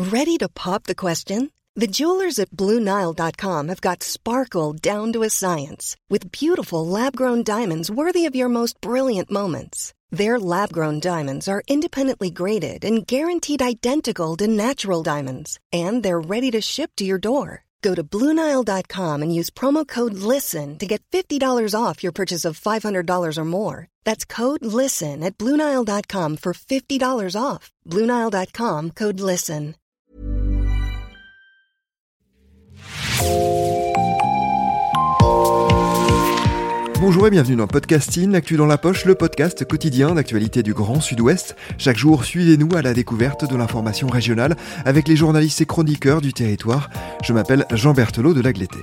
Ready to pop the question? The jewelers at BlueNile.com have got sparkle down to a science with beautiful lab-grown diamonds worthy of your most brilliant moments. Their lab-grown diamonds are independently graded and guaranteed identical to natural diamonds, and they're ready to ship to your door. Go to BlueNile.com and use promo code LISTEN to get $50 off your purchase of $500 or more. That's code LISTEN at BlueNile.com for $50 off. BlueNile.com, code LISTEN. Bonjour et bienvenue dans Podcasting, l'actu dans la poche, le podcast quotidien d'actualité du Grand Sud-Ouest. Chaque jour, suivez-nous à la découverte de l'information régionale avec les journalistes et chroniqueurs du territoire. Je m'appelle Jean Berthelot de Lagleté.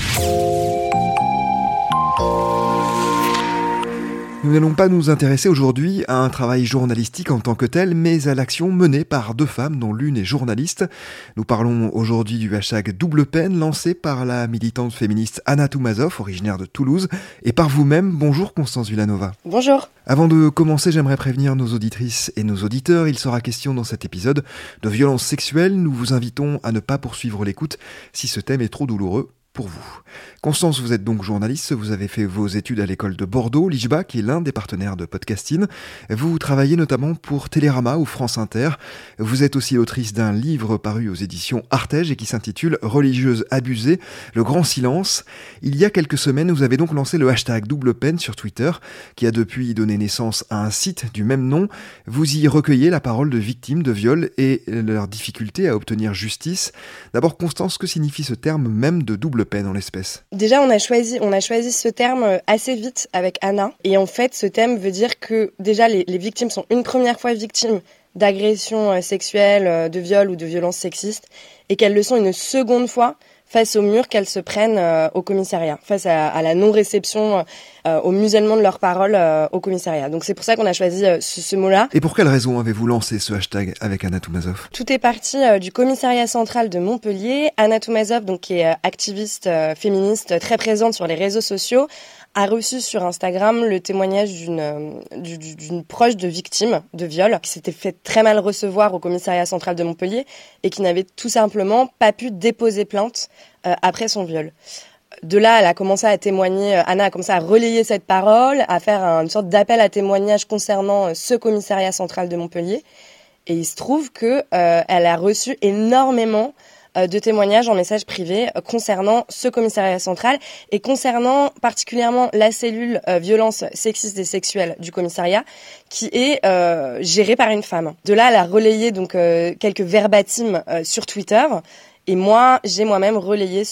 Nous n'allons pas nous intéresser aujourd'hui à un travail journalistique en tant que tel, mais à l'action menée par deux femmes dont l'une est journaliste. Nous parlons aujourd'hui du hashtag Double Peine lancé par la militante féministe Anna Toumazov, originaire de Toulouse, et par vous-même. Bonjour Constance Villanova. Bonjour. Avant de commencer, j'aimerais prévenir nos auditrices et nos auditeurs. Il sera question dans cet épisode de violences sexuelles. Nous vous invitons à ne pas poursuivre l'écoute si ce thème est trop douloureux pour vous. Constance, vous êtes donc journaliste, vous avez fait vos études à l'école de Bordeaux, l'IJBA, qui est l'un des partenaires de Podcasting. Vous travaillez notamment pour Télérama ou France Inter. Vous êtes aussi autrice d'un livre paru aux éditions Artege et qui s'intitule « Religieuse abusée, le grand silence ». Il y a quelques semaines, vous avez donc lancé le hashtag Double Peine sur Twitter, qui a depuis donné naissance à un site du même nom. Vous y recueillez la parole de victimes de viols et leurs difficultés à obtenir justice. D'abord, Constance, que signifie ce terme même de double peine en l'espèce? Déjà, on a choisi ce terme assez vite avec Anna. Et en fait, ce terme veut dire que déjà, les victimes sont une première fois victimes d'agressions sexuelles, de viols ou de violences sexistes, et qu'elles le sont une seconde fois face au mur qu'elles se prennent au commissariat, face à la non-réception, au musellement de leurs paroles au commissariat. Donc c'est pour ça qu'on a choisi ce mot-là. Et pour quelle raison avez-vous lancé ce hashtag avec Anna Toumazov? Tout est parti du commissariat central de Montpellier. Anna Toumazov, donc, qui est activiste féministe très présente sur les réseaux sociaux, a reçu sur Instagram le témoignage d'une proche de victime de viol qui s'était fait très mal recevoir au commissariat central de Montpellier et qui n'avait tout simplement pas pu déposer plainte après son viol. De là, elle a commencé à témoigner, Anna a commencé à relayer cette parole, à faire une sorte d'appel à témoignage concernant ce commissariat central de Montpellier. Et il se trouve que elle a reçu énormément de témoignages en message privé concernant ce commissariat central et concernant particulièrement la cellule violence sexiste et sexuelle du commissariat qui est gérée par une femme. De là, elle a relayé donc quelques verbatims sur Twitter. Et j'ai moi-même relayé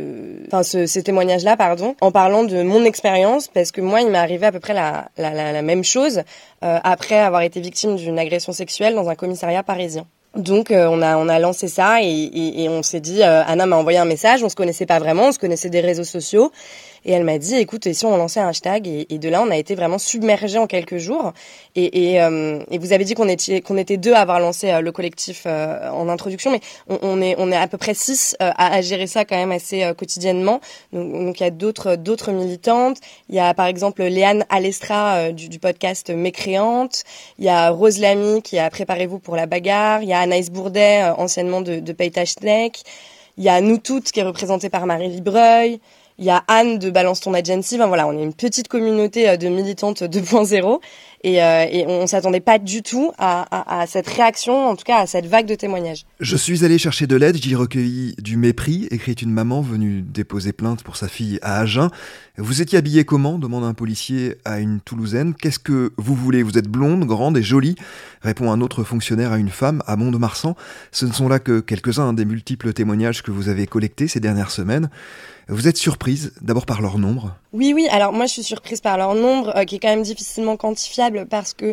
ces témoignages-là, en parlant de mon expérience, parce que moi, il m'est arrivé à peu près la même chose après avoir été victime d'une agression sexuelle dans un commissariat parisien. Donc on a lancé ça et on s'est dit, Anna m'a envoyé un message, on se connaissait pas vraiment, on se connaissait des réseaux sociaux. Et elle m'a dit, écoute, et si on lançait un hashtag, et de là, on a été vraiment submergés en quelques jours. Et vous avez dit qu'on était deux à avoir lancé le collectif en introduction, mais on est à peu près 6 à gérer ça quand même assez quotidiennement. Donc il y a d'autres militantes. Il y a par exemple Léane Alestra du podcast Mécréante. Il y a Rose Lamy qui a Préparez-vous pour la bagarre. Il y a Anaïs Bourdet, anciennement de Paytachnek. Il y a Nous Toutes qui est représentée par Marie Libreuil. Il y a Anne de Balance ton Agency. Enfin voilà, on est une petite communauté de militantes 2.0 et on s'attendait pas du tout à cette réaction, en tout cas à cette vague de témoignages. Je suis allé chercher de l'aide, j'y recueilli du mépris, écrit une maman venue déposer plainte pour sa fille à Agen. Vous étiez habillée comment? Demande un policier à une Toulousaine. Qu'est-ce que vous voulez? Vous êtes blonde, grande et jolie, répond un autre fonctionnaire à une femme à Mont-de-Marsan. Ce ne sont là que quelques-uns des multiples témoignages que vous avez collectés ces dernières semaines. Vous êtes surprise d'abord par leur nombre? Oui, alors moi je suis surprise par leur nombre qui est quand même difficilement quantifiable parce que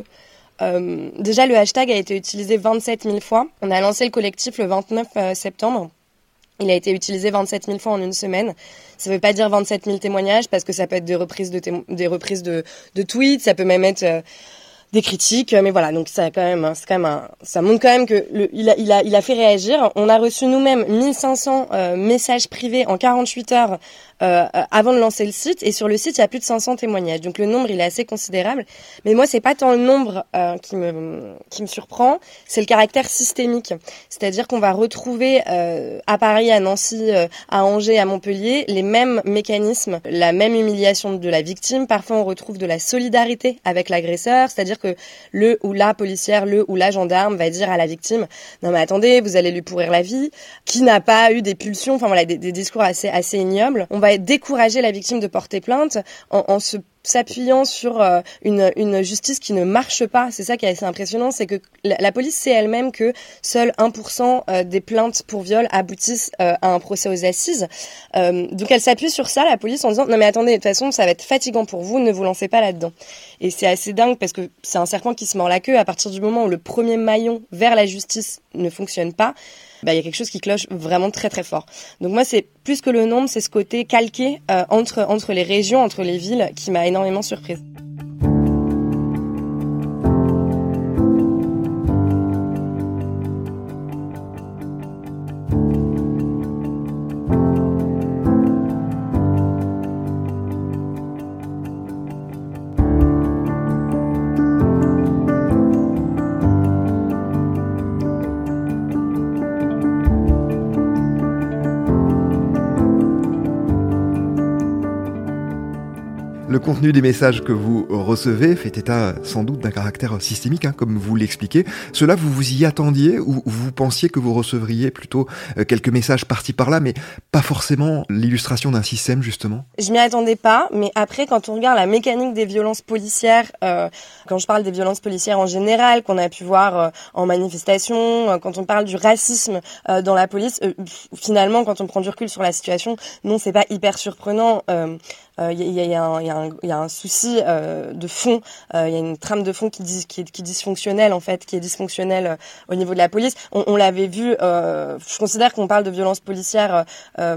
déjà le hashtag a été utilisé 27 000 fois. On a lancé le collectif le 29 septembre. Il a été utilisé 27 000 fois en une semaine. Ça veut pas dire 27 000 témoignages parce que ça peut être des reprises de tweets, ça peut même être des critiques, mais voilà, donc ça montre quand même que il a fait réagir. On a reçu nous-mêmes 1500 messages privés en 48 heures avant de lancer le site, et sur le site il y a plus de 500 témoignages, donc le nombre il est assez considérable. Mais moi c'est pas tant le nombre qui me surprend, c'est le caractère systémique, c'est-à-dire qu'on va retrouver à Paris, à Nancy, à Angers, à Montpellier, les mêmes mécanismes, la même humiliation de la victime. Parfois on retrouve de la solidarité avec l'agresseur, c'est-à-dire que le ou la policière, le ou la gendarme va dire à la victime non mais attendez, vous allez lui pourrir la vie, qui n'a pas eu des pulsions, enfin voilà, des discours assez ignobles. On va décourager la victime de porter plainte en s'appuyant sur une justice qui ne marche pas. C'est ça qui est assez impressionnant, c'est que la police sait elle-même que seul 1% des plaintes pour viol aboutissent à un procès aux assises. Donc elle s'appuie sur ça, la police, en disant non mais attendez, de toute façon ça va être fatigant pour vous, ne vous lancez pas là-dedans. Et c'est assez dingue parce que c'est un serpent qui se mord la queue. À partir du moment où le premier maillon vers la justice ne fonctionne pas, il y a quelque chose qui cloche vraiment très très fort. Donc moi c'est plus que le nombre, c'est ce côté calqué entre les régions, entre les villes qui m'a énormément surprise. Le contenu des messages que vous recevez fait état sans doute d'un caractère systémique, comme vous l'expliquez. Cela, vous vous y attendiez ou vous pensiez que vous recevriez plutôt quelques messages par-ci par-là, mais pas forcément l'illustration d'un système, justement? Je m'y attendais pas, mais après, quand on regarde la mécanique des violences policières, quand je parle des violences policières en général, qu'on a pu voir en manifestation, quand on parle du racisme dans la police, finalement, quand on prend du recul sur la situation, non, c'est pas hyper surprenant. Il y a un souci de fond, il y a une trame de fond qui est dysfonctionnelle en fait, qui est dysfonctionnelle au niveau de la police. On l'avait vu, je considère qu'on parle de violences policières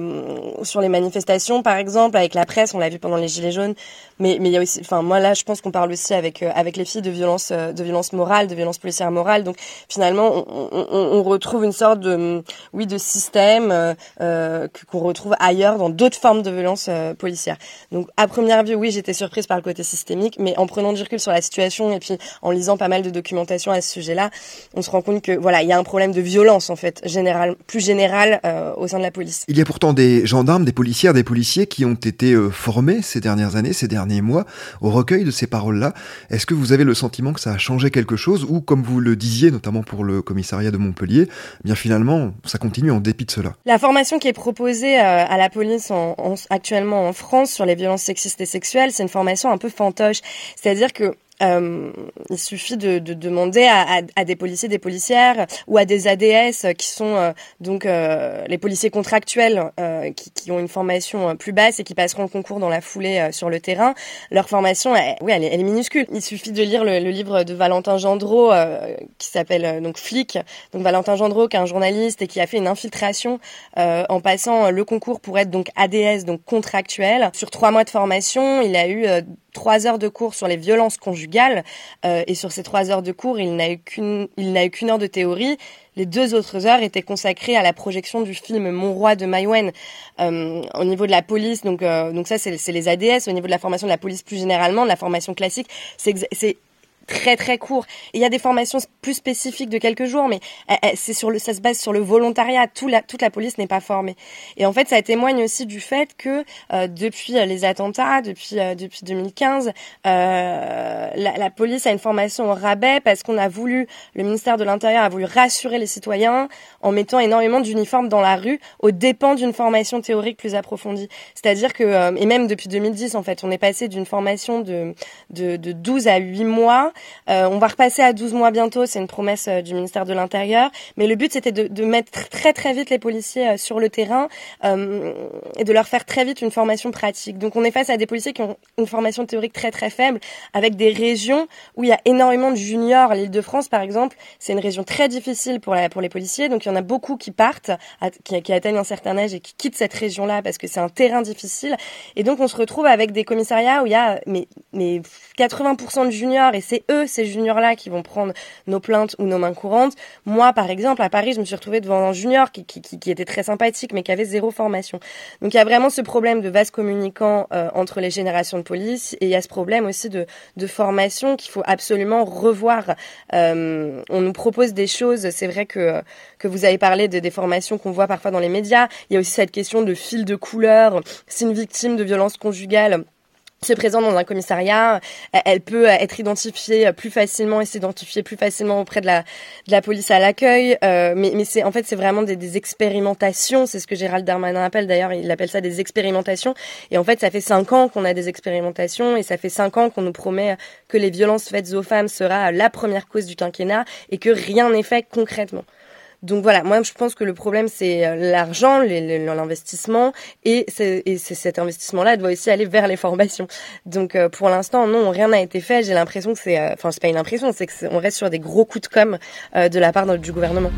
sur les manifestations par exemple, avec la presse, on l'a vu pendant les Gilets jaunes, mais il y a aussi, enfin moi là je pense qu'on parle aussi avec les filles de violence morale, de violence policière morale. Donc finalement on retrouve une sorte de système qu'on retrouve ailleurs dans d'autres formes de violence policière. Donc à première vue, oui, j'étais surprise par le côté systémique, mais en prenant du recul sur la situation et puis en lisant pas mal de documentation à ce sujet-là, on se rend compte que voilà, il y a un problème de violence en fait, plus général au sein de la police. Il y a pourtant des gendarmes, des policières, des policiers qui ont été formés ces dernières années, ces derniers mois, au recueil de ces paroles-là. Est-ce que vous avez le sentiment que ça a changé quelque chose ou, comme vous le disiez, notamment pour le commissariat de Montpellier, bien finalement, ça continue en dépit de cela? La formation qui est proposée à la police actuellement en France sur les violences sexistes et sexuelles, c'est une formation un peu fantoche. C'est-à-dire que il suffit de demander à des policiers, des policières ou à des ADS qui sont donc les policiers contractuels qui ont une formation plus basse et qui passeront le concours dans la foulée sur le terrain. Leur formation, elle est minuscule. Il suffit de lire le livre de Valentin Gendreau qui s'appelle donc Flic. Donc Valentin Gendreau, qui est un journaliste et qui a fait une infiltration en passant le concours pour être donc ADS, donc contractuel. Sur 3 mois de formation, il a eu 3 heures de cours sur les violences conjugales et sur ces 3 heures de cours, il n'a eu qu'une heure de théorie. Les 2 autres heures étaient consacrées à la projection du film Mon Roi de Maïwenn. Au niveau de la police, donc ça c'est les ADS. Au niveau de la formation de la police plus généralement, de la formation classique, c'est très très court. Et il y a des formations plus spécifiques de quelques jours, mais ça se base sur le volontariat. Toute la police n'est pas formée. Et en fait, ça témoigne aussi du fait que depuis les attentats, depuis 2015, la police a une formation au rabais parce le ministère de l'Intérieur a voulu rassurer les citoyens en mettant énormément d'uniformes dans la rue aux dépens d'une formation théorique plus approfondie. C'est-à-dire que, et même depuis 2010 en fait, on est passé d'une formation de 12 à 8 mois. On va repasser à 12 mois bientôt, c'est une promesse du ministère de l'Intérieur. Mais le but, c'était de mettre très très vite les policiers sur le terrain et de leur faire très vite une formation pratique. Donc on est face à des policiers qui ont une formation théorique très très faible, avec des régions où il y a énormément de juniors. L'Île-de-France, par exemple, c'est une région très difficile pour les policiers. Donc il y en a beaucoup qui partent, qui atteignent un certain âge et qui quittent cette région-là parce que c'est un terrain difficile. Et donc on se retrouve avec des commissariats où il y a mais 80% de juniors et c'est eux, ces juniors-là, qui vont prendre nos plaintes ou nos mains courantes. Moi, par exemple, à Paris, je me suis retrouvée devant un junior qui était très sympathique, mais qui avait 0 formation. Donc il y a vraiment ce problème de vase communicant entre les générations de police, et il y a ce problème aussi de formation qu'il faut absolument revoir. On nous propose des choses, c'est vrai que vous avez parlé des formations qu'on voit parfois dans les médias. Il y a aussi cette question de fil de couleur. Si une victime de violence conjugale se présente dans un commissariat, elle peut être identifiée plus facilement et s'identifier plus facilement auprès de la police à l'accueil. Mais c'est vraiment des expérimentations. C'est ce que Gérald Darmanin appelle, d'ailleurs, il appelle ça des expérimentations. Et en fait, ça fait 5 ans qu'on a des expérimentations, et ça fait 5 ans qu'on nous promet que les violences faites aux femmes sera la première cause du quinquennat, et que rien n'est fait concrètement. Donc voilà, moi je pense que le problème c'est l'argent, l'investissement, et cet investissement-là doit aussi aller vers les formations. Donc pour l'instant, non, rien n'a été fait. J'ai l'impression que c'est pas une impression, c'est que on reste sur des gros coups de com' de la part du gouvernement.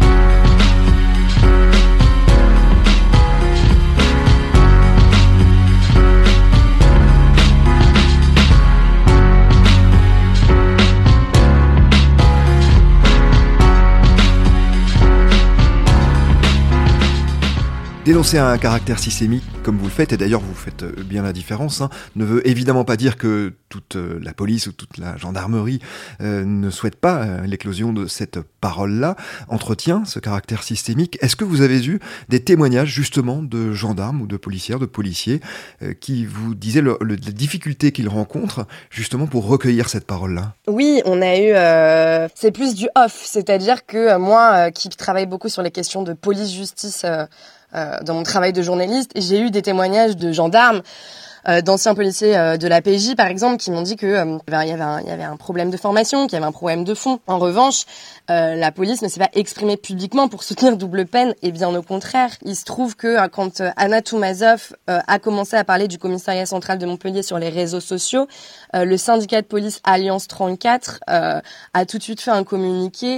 Dénoncer un caractère systémique, comme vous le faites, et d'ailleurs vous faites bien la différence, ne veut évidemment pas dire que toute la police ou toute la gendarmerie ne souhaite pas l'éclosion de cette parole-là, entretient ce caractère systémique. Est-ce que vous avez eu des témoignages justement de gendarmes ou de policières, de policiers, qui vous disaient les difficultés qu'ils rencontrent justement pour recueillir cette parole-là ? Oui, on a eu... c'est plus du off, c'est-à-dire que moi, qui travaille beaucoup sur les questions de police-justice dans mon travail de journaliste, j'ai eu des témoignages de gendarmes, d'anciens policiers de la PJ par exemple, qui m'ont dit que il y avait un problème de formation, qu'il y avait un problème de fond. En revanche, la police ne s'est pas exprimée publiquement pour soutenir double peine, et bien au contraire. Il se trouve que quand Anna Toumazov a commencé à parler du commissariat central de Montpellier sur les réseaux sociaux, le syndicat de police Alliance 34 a tout de suite fait un communiqué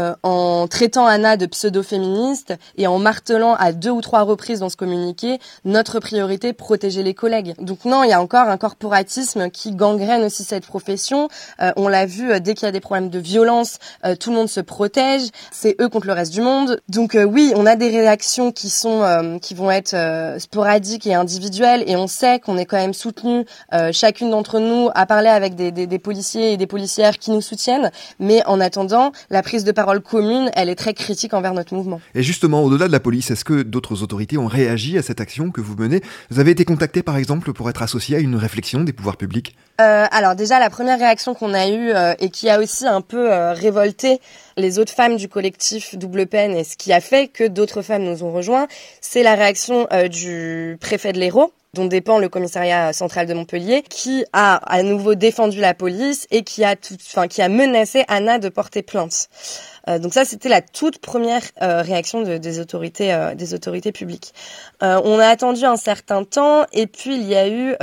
en traitant Anna de pseudo-féministe et en martelant à 2 ou 3 reprises dans ce communiqué notre priorité, protéger les collègues. Donc non, il y a encore un corporatisme qui gangrène aussi cette profession. On l'a vu, dès qu'il y a des problèmes de violence, tout le monde se protège. C'est eux contre le reste du monde. Donc oui, on a des réactions qui vont être sporadiques et individuelles, et on sait qu'on est quand même soutenu, chacune d'entre nous, à parler avec des policiers et des policières qui nous soutiennent. Mais en attendant, la prise de parole commune, elle est très critique envers notre mouvement. Et justement, au-delà de la police, est-ce que d'autres autorités ont réagi à cette action que vous menez ? Vous avez été contacté par exemple pour être associé à une réflexion des pouvoirs publics ? Alors déjà, la première réaction qu'on a eue et qui a aussi un peu révolté les autres femmes du collectif Double Peine, et ce qui a fait que d'autres femmes nous ont rejoints, c'est la réaction du préfet de l'Hérault, dont dépend le commissariat central de Montpellier, qui a à nouveau défendu la police et qui a menacé Anna de porter plainte. Donc ça, c'était la toute première réaction des autorités publiques. On a attendu un certain temps, et puis il y a eu,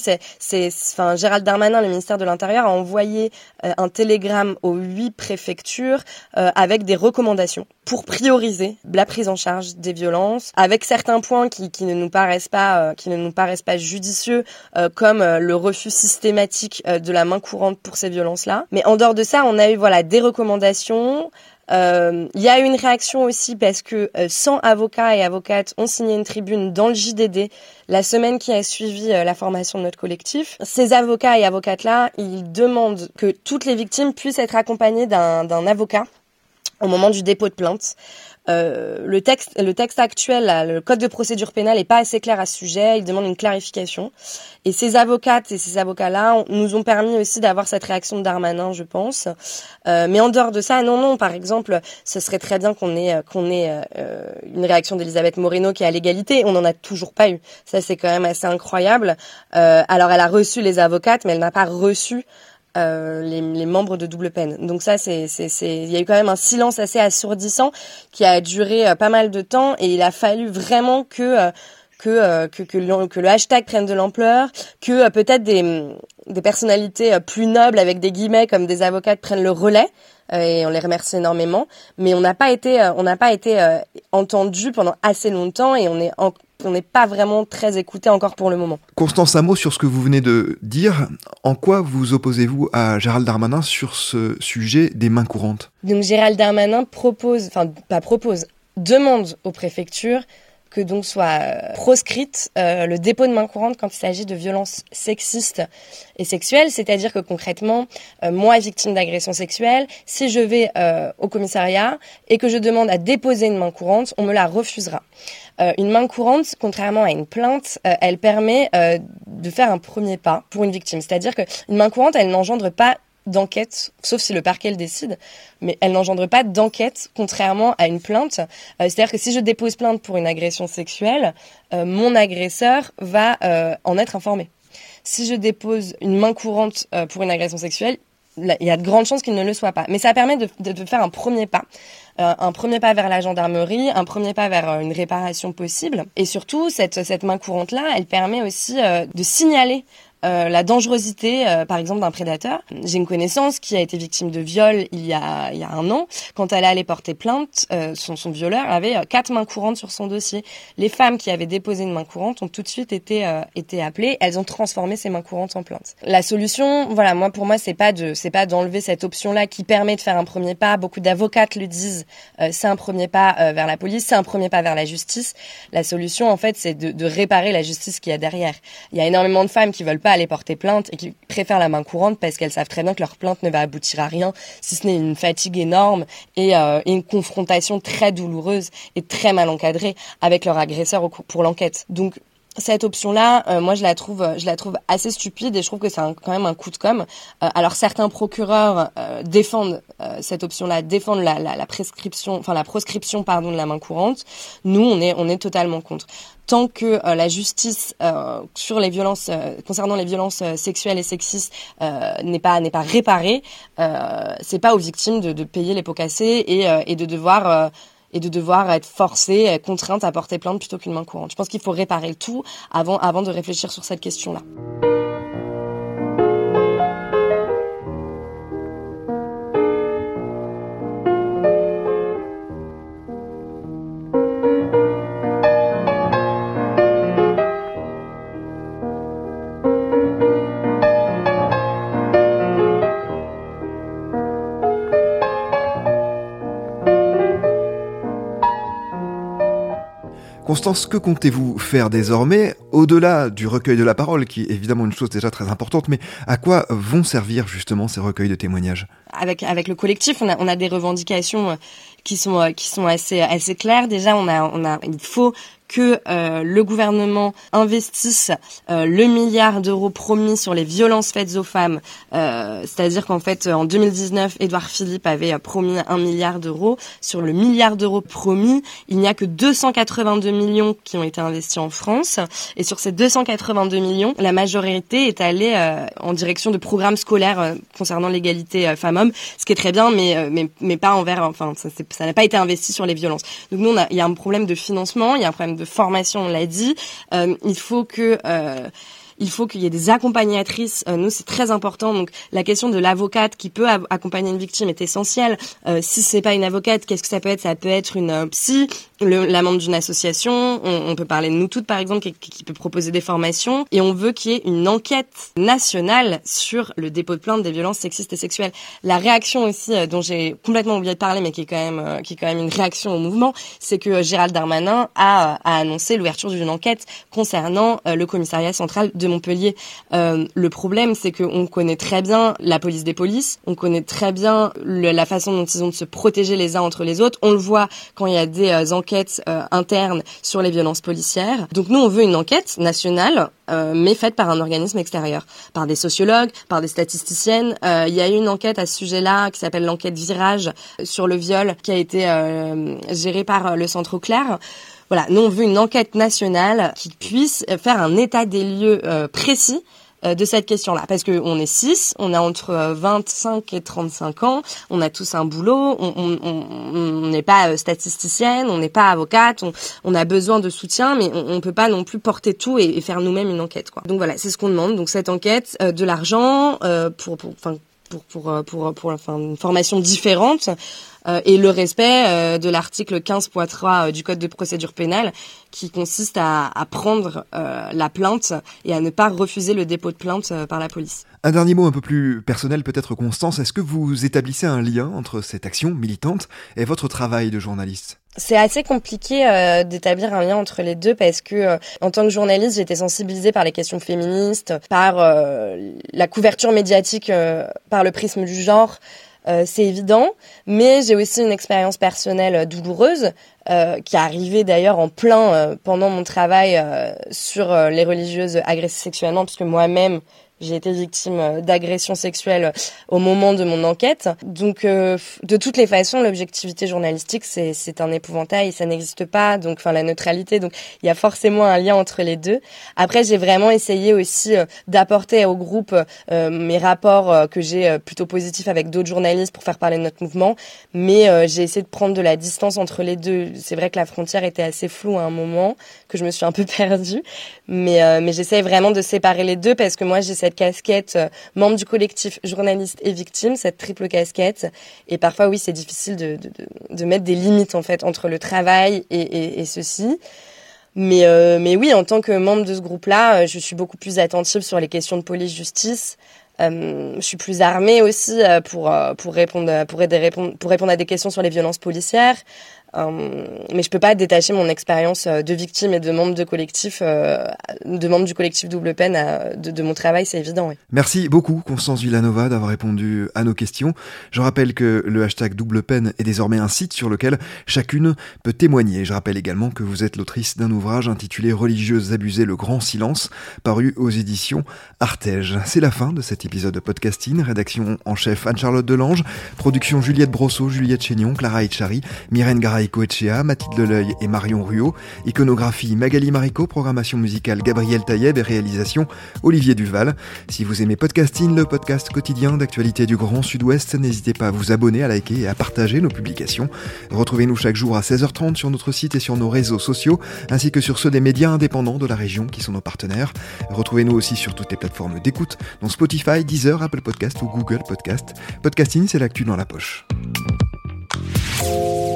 Gérald Darmanin, le ministère de l'Intérieur, a envoyé un télégramme aux 8 préfectures avec des recommandations pour prioriser la prise en charge des violences, avec certains points qui ne nous paraissent pas judicieux, comme le refus systématique de la main courante pour ces violences-là. Mais en dehors de ça, on a eu des recommandations. Il y a eu une réaction aussi parce que 100 avocats et avocates ont signé une tribune dans le JDD la semaine qui a suivi la formation de notre collectif. Ces avocats et avocates-là, ils demandent que toutes les victimes puissent être accompagnées d'un avocat au moment du dépôt de plainte. Le texte actuel, là, le code de procédure pénale, est pas assez clair à ce sujet. Il demande une clarification. Et ces avocates et ces avocats-là nous ont permis aussi d'avoir cette réaction de Darmanin, je pense. Mais en dehors de ça, non. Par exemple, ce serait très bien qu'on ait une réaction d'Elisabeth Moreno qui est à l'égalité. On n'en a toujours pas eu. Ça, c'est quand même assez incroyable. Alors, elle a reçu les avocates, mais elle n'a pas reçu les membres de Double Peine. Donc ça, il y a eu quand même un silence assez assourdissant qui a duré pas mal de temps, et il a fallu vraiment que le hashtag prenne de l'ampleur, que peut-être des personnalités plus nobles, avec des guillemets, comme des avocates, prennent le relais. Et on les remercie énormément, mais on n'a pas été entendu pendant assez longtemps, et on est on n'est pas vraiment très écouté encore pour le moment. Constance, un mot sur ce que vous venez de dire. En quoi vous opposez-vous à Gérald Darmanin sur ce sujet des mains courantes ? Donc Gérald Darmanin demande aux préfectures que donc soit proscrite le dépôt de main courante quand il s'agit de violences sexistes et sexuelles. C'est-à-dire que concrètement, moi, victime d'agression sexuelle, si je vais au commissariat et que je demande à déposer une main courante, on me la refusera. Une main courante, contrairement à une plainte, elle permet de faire un premier pas pour une victime. C'est-à-dire qu'une main courante, elle n'engendre pas d'enquête, sauf si le parquet le décide, mais elle n'engendre pas d'enquête, contrairement à une plainte. C'est-à-dire que si je dépose plainte pour une agression sexuelle, mon agresseur va en être informé. Si je dépose une main courante pour une agression sexuelle, il y a de grandes chances qu'il ne le soit pas. Mais ça permet de faire un premier pas. Un premier pas vers la gendarmerie, un premier pas vers une réparation possible. Et surtout, cette main courante-là, elle permet aussi de signaler la dangerosité, par exemple, d'un prédateur. J'ai une connaissance qui a été victime de viol il y a 1 an. Quand elle est allée porter plainte, son violeur avait 4 mains courantes sur son dossier. Les femmes qui avaient déposé une main courante ont tout de suite été appelées. Elles ont transformé ces mains courantes en plainte. La solution, voilà, pour moi, c'est pas d'enlever cette option-là qui permet de faire un premier pas. Beaucoup d'avocates le disent. C'est un premier pas vers la police, c'est un premier pas vers la justice. La solution, en fait, c'est de réparer la justice qu'il y a derrière. Il y a énormément de femmes qui veulent pas aller porter plainte et qui préfèrent la main courante parce qu'elles savent très bien que leur plainte ne va aboutir à rien, si ce n'est une fatigue énorme et une confrontation très douloureuse et très mal encadrée avec leur agresseur pour l'enquête. Donc cette option-là, moi je la trouve assez stupide et je trouve que c'est quand même un coup de com'. Alors certains procureurs défendent cette option-là, défendent la proscription de la main courante. Nous, on est totalement contre. Tant que la justice sur les violences concernant les violences sexuelles et sexistes n'est pas réparée, c'est pas aux victimes de payer les pots cassés et de devoir être forcée, contrainte à porter plainte plutôt qu'une main courante. Je pense qu'il faut réparer le tout avant de réfléchir sur cette question-là. Constance, que comptez-vous faire désormais, au-delà du recueil de la parole, qui est évidemment une chose déjà très importante, mais à quoi vont servir justement ces recueils de témoignages ? Avec le collectif, on a des revendications qui sont assez claires. Déjà, il faut que le gouvernement investisse le milliard d'euros promis sur les violences faites aux femmes. C'est-à-dire qu'en fait, en 2019, Édouard Philippe avait promis 1 milliard d'euros. Sur le milliard d'euros promis, il n'y a que 282 millions qui ont été investis en France. Et sur ces 282 millions, la majorité est allée en direction de programmes scolaires concernant l'égalité femmes-hommes, ce qui est très bien, mais pas envers. Enfin, ça n'a pas été investi sur les violences. Donc nous, il y a un problème de financement, il y a un problème de formation, on l'a dit. Il faut qu'il y ait des accompagnatrices. Nous, c'est très important. Donc, la question de l'avocate qui peut accompagner une victime est essentielle. Si c'est pas une avocate, qu'est-ce que ça peut être ? Ça peut être une psy, la membre d'une association. On peut parler de Nous Toutes, par exemple, qui peut proposer des formations. Et on veut qu'il y ait une enquête nationale sur le dépôt de plainte des violences sexistes et sexuelles. La réaction aussi, dont j'ai complètement oublié de parler, mais qui est quand même une réaction au mouvement, c'est que Gérald Darmanin a annoncé l'ouverture d'une enquête concernant le commissariat central de Montpellier. Le problème, c'est qu'on connaît très bien la police des polices, on connaît très bien la façon dont ils ont de se protéger les uns entre les autres. On le voit quand il y a des enquêtes internes sur les violences policières. Donc nous, on veut une enquête nationale, mais faite par un organisme extérieur, par des sociologues, par des statisticiennes. Il y a eu une enquête à ce sujet-là qui s'appelle l'enquête Virage sur le viol, qui a été gérée par le Centre Auclair. Voilà, nous on veut une enquête nationale qui puisse faire un état des lieux précis de cette question-là. Parce que on est 6, on a entre 25 et 35 ans, on a tous un boulot, on n'est pas statisticienne, on n'est pas avocate, on a besoin de soutien, mais on peut pas non plus porter tout et faire nous-mêmes une enquête, quoi. Donc voilà, c'est ce qu'on demande. Donc cette enquête, de l'argent, une formation différente. Et le respect de l'article 15.3 du Code de procédure pénale qui consiste à prendre la plainte et à ne pas refuser le dépôt de plainte par la police. Un dernier mot un peu plus personnel peut-être, Constance, est-ce que vous établissez un lien entre cette action militante et votre travail de journaliste ? C'est assez compliqué d'établir un lien entre les deux parce que en tant que journaliste, j'étais sensibilisée par les questions féministes, par la couverture médiatique, par le prisme du genre. C'est évident, mais j'ai aussi une expérience personnelle douloureuse qui est arrivée d'ailleurs en plein pendant mon travail sur les religieuses agressées sexuellement, puisque moi-même j'ai été victime d'agressions sexuelles au moment de mon enquête. Donc, de toutes les façons, l'objectivité journalistique, c'est un épouvantail, ça n'existe pas. Donc, enfin, la neutralité. Donc, il y a forcément un lien entre les deux. Après, j'ai vraiment essayé aussi d'apporter au groupe mes rapports que j'ai plutôt positifs avec d'autres journalistes pour faire parler de notre mouvement. Mais j'ai essayé de prendre de la distance entre les deux. C'est vrai que la frontière était assez floue à un moment, que je me suis un peu perdue. Mais j'essaie vraiment de séparer les deux parce que moi, j'ai cette casquette membre du collectif journaliste et victime, cette triple casquette. Et parfois, oui, c'est difficile de mettre des limites en fait entre le travail et ceci. Mais oui, en tant que membre de ce groupe-là, je suis beaucoup plus attentive sur les questions de police-justice. Je suis plus armée aussi pour répondre à des questions sur les violences policières. Mais je peux pas détacher mon expérience de victime et de membre du collectif Double Peine de mon travail, c'est évident. Oui. Merci beaucoup Constance Villanova d'avoir répondu à nos questions. Je rappelle que le hashtag Double Peine est désormais un site sur lequel chacune peut témoigner. Je rappelle également que vous êtes l'autrice d'un ouvrage intitulé Religieuses abusées, le grand silence, paru aux éditions Artege. C'est la fin de cet épisode de Podcasting. Rédaction en chef Anne-Charlotte Delange, production Juliette Brosseau, Juliette Chénion, Clara Etchari, Myrène Garay-Coetchea, Mathilde Leleuil et Marion Ruot, iconographie Magali Marico, programmation musicale Gabriel Taïeb et réalisation Olivier Duval. Si vous aimez Podcasting, le podcast quotidien d'actualité du Grand Sud-Ouest, n'hésitez pas à vous abonner, à liker et à partager nos publications. Retrouvez-nous chaque jour à 16h30 sur notre site et sur nos réseaux sociaux, ainsi que sur ceux des médias indépendants de la région qui sont nos partenaires. Retrouvez-nous aussi sur toutes les plateformes d'écoute, dont Spotify, Deezer, Apple Podcast ou Google Podcast. Podcasting, c'est l'actu dans la poche.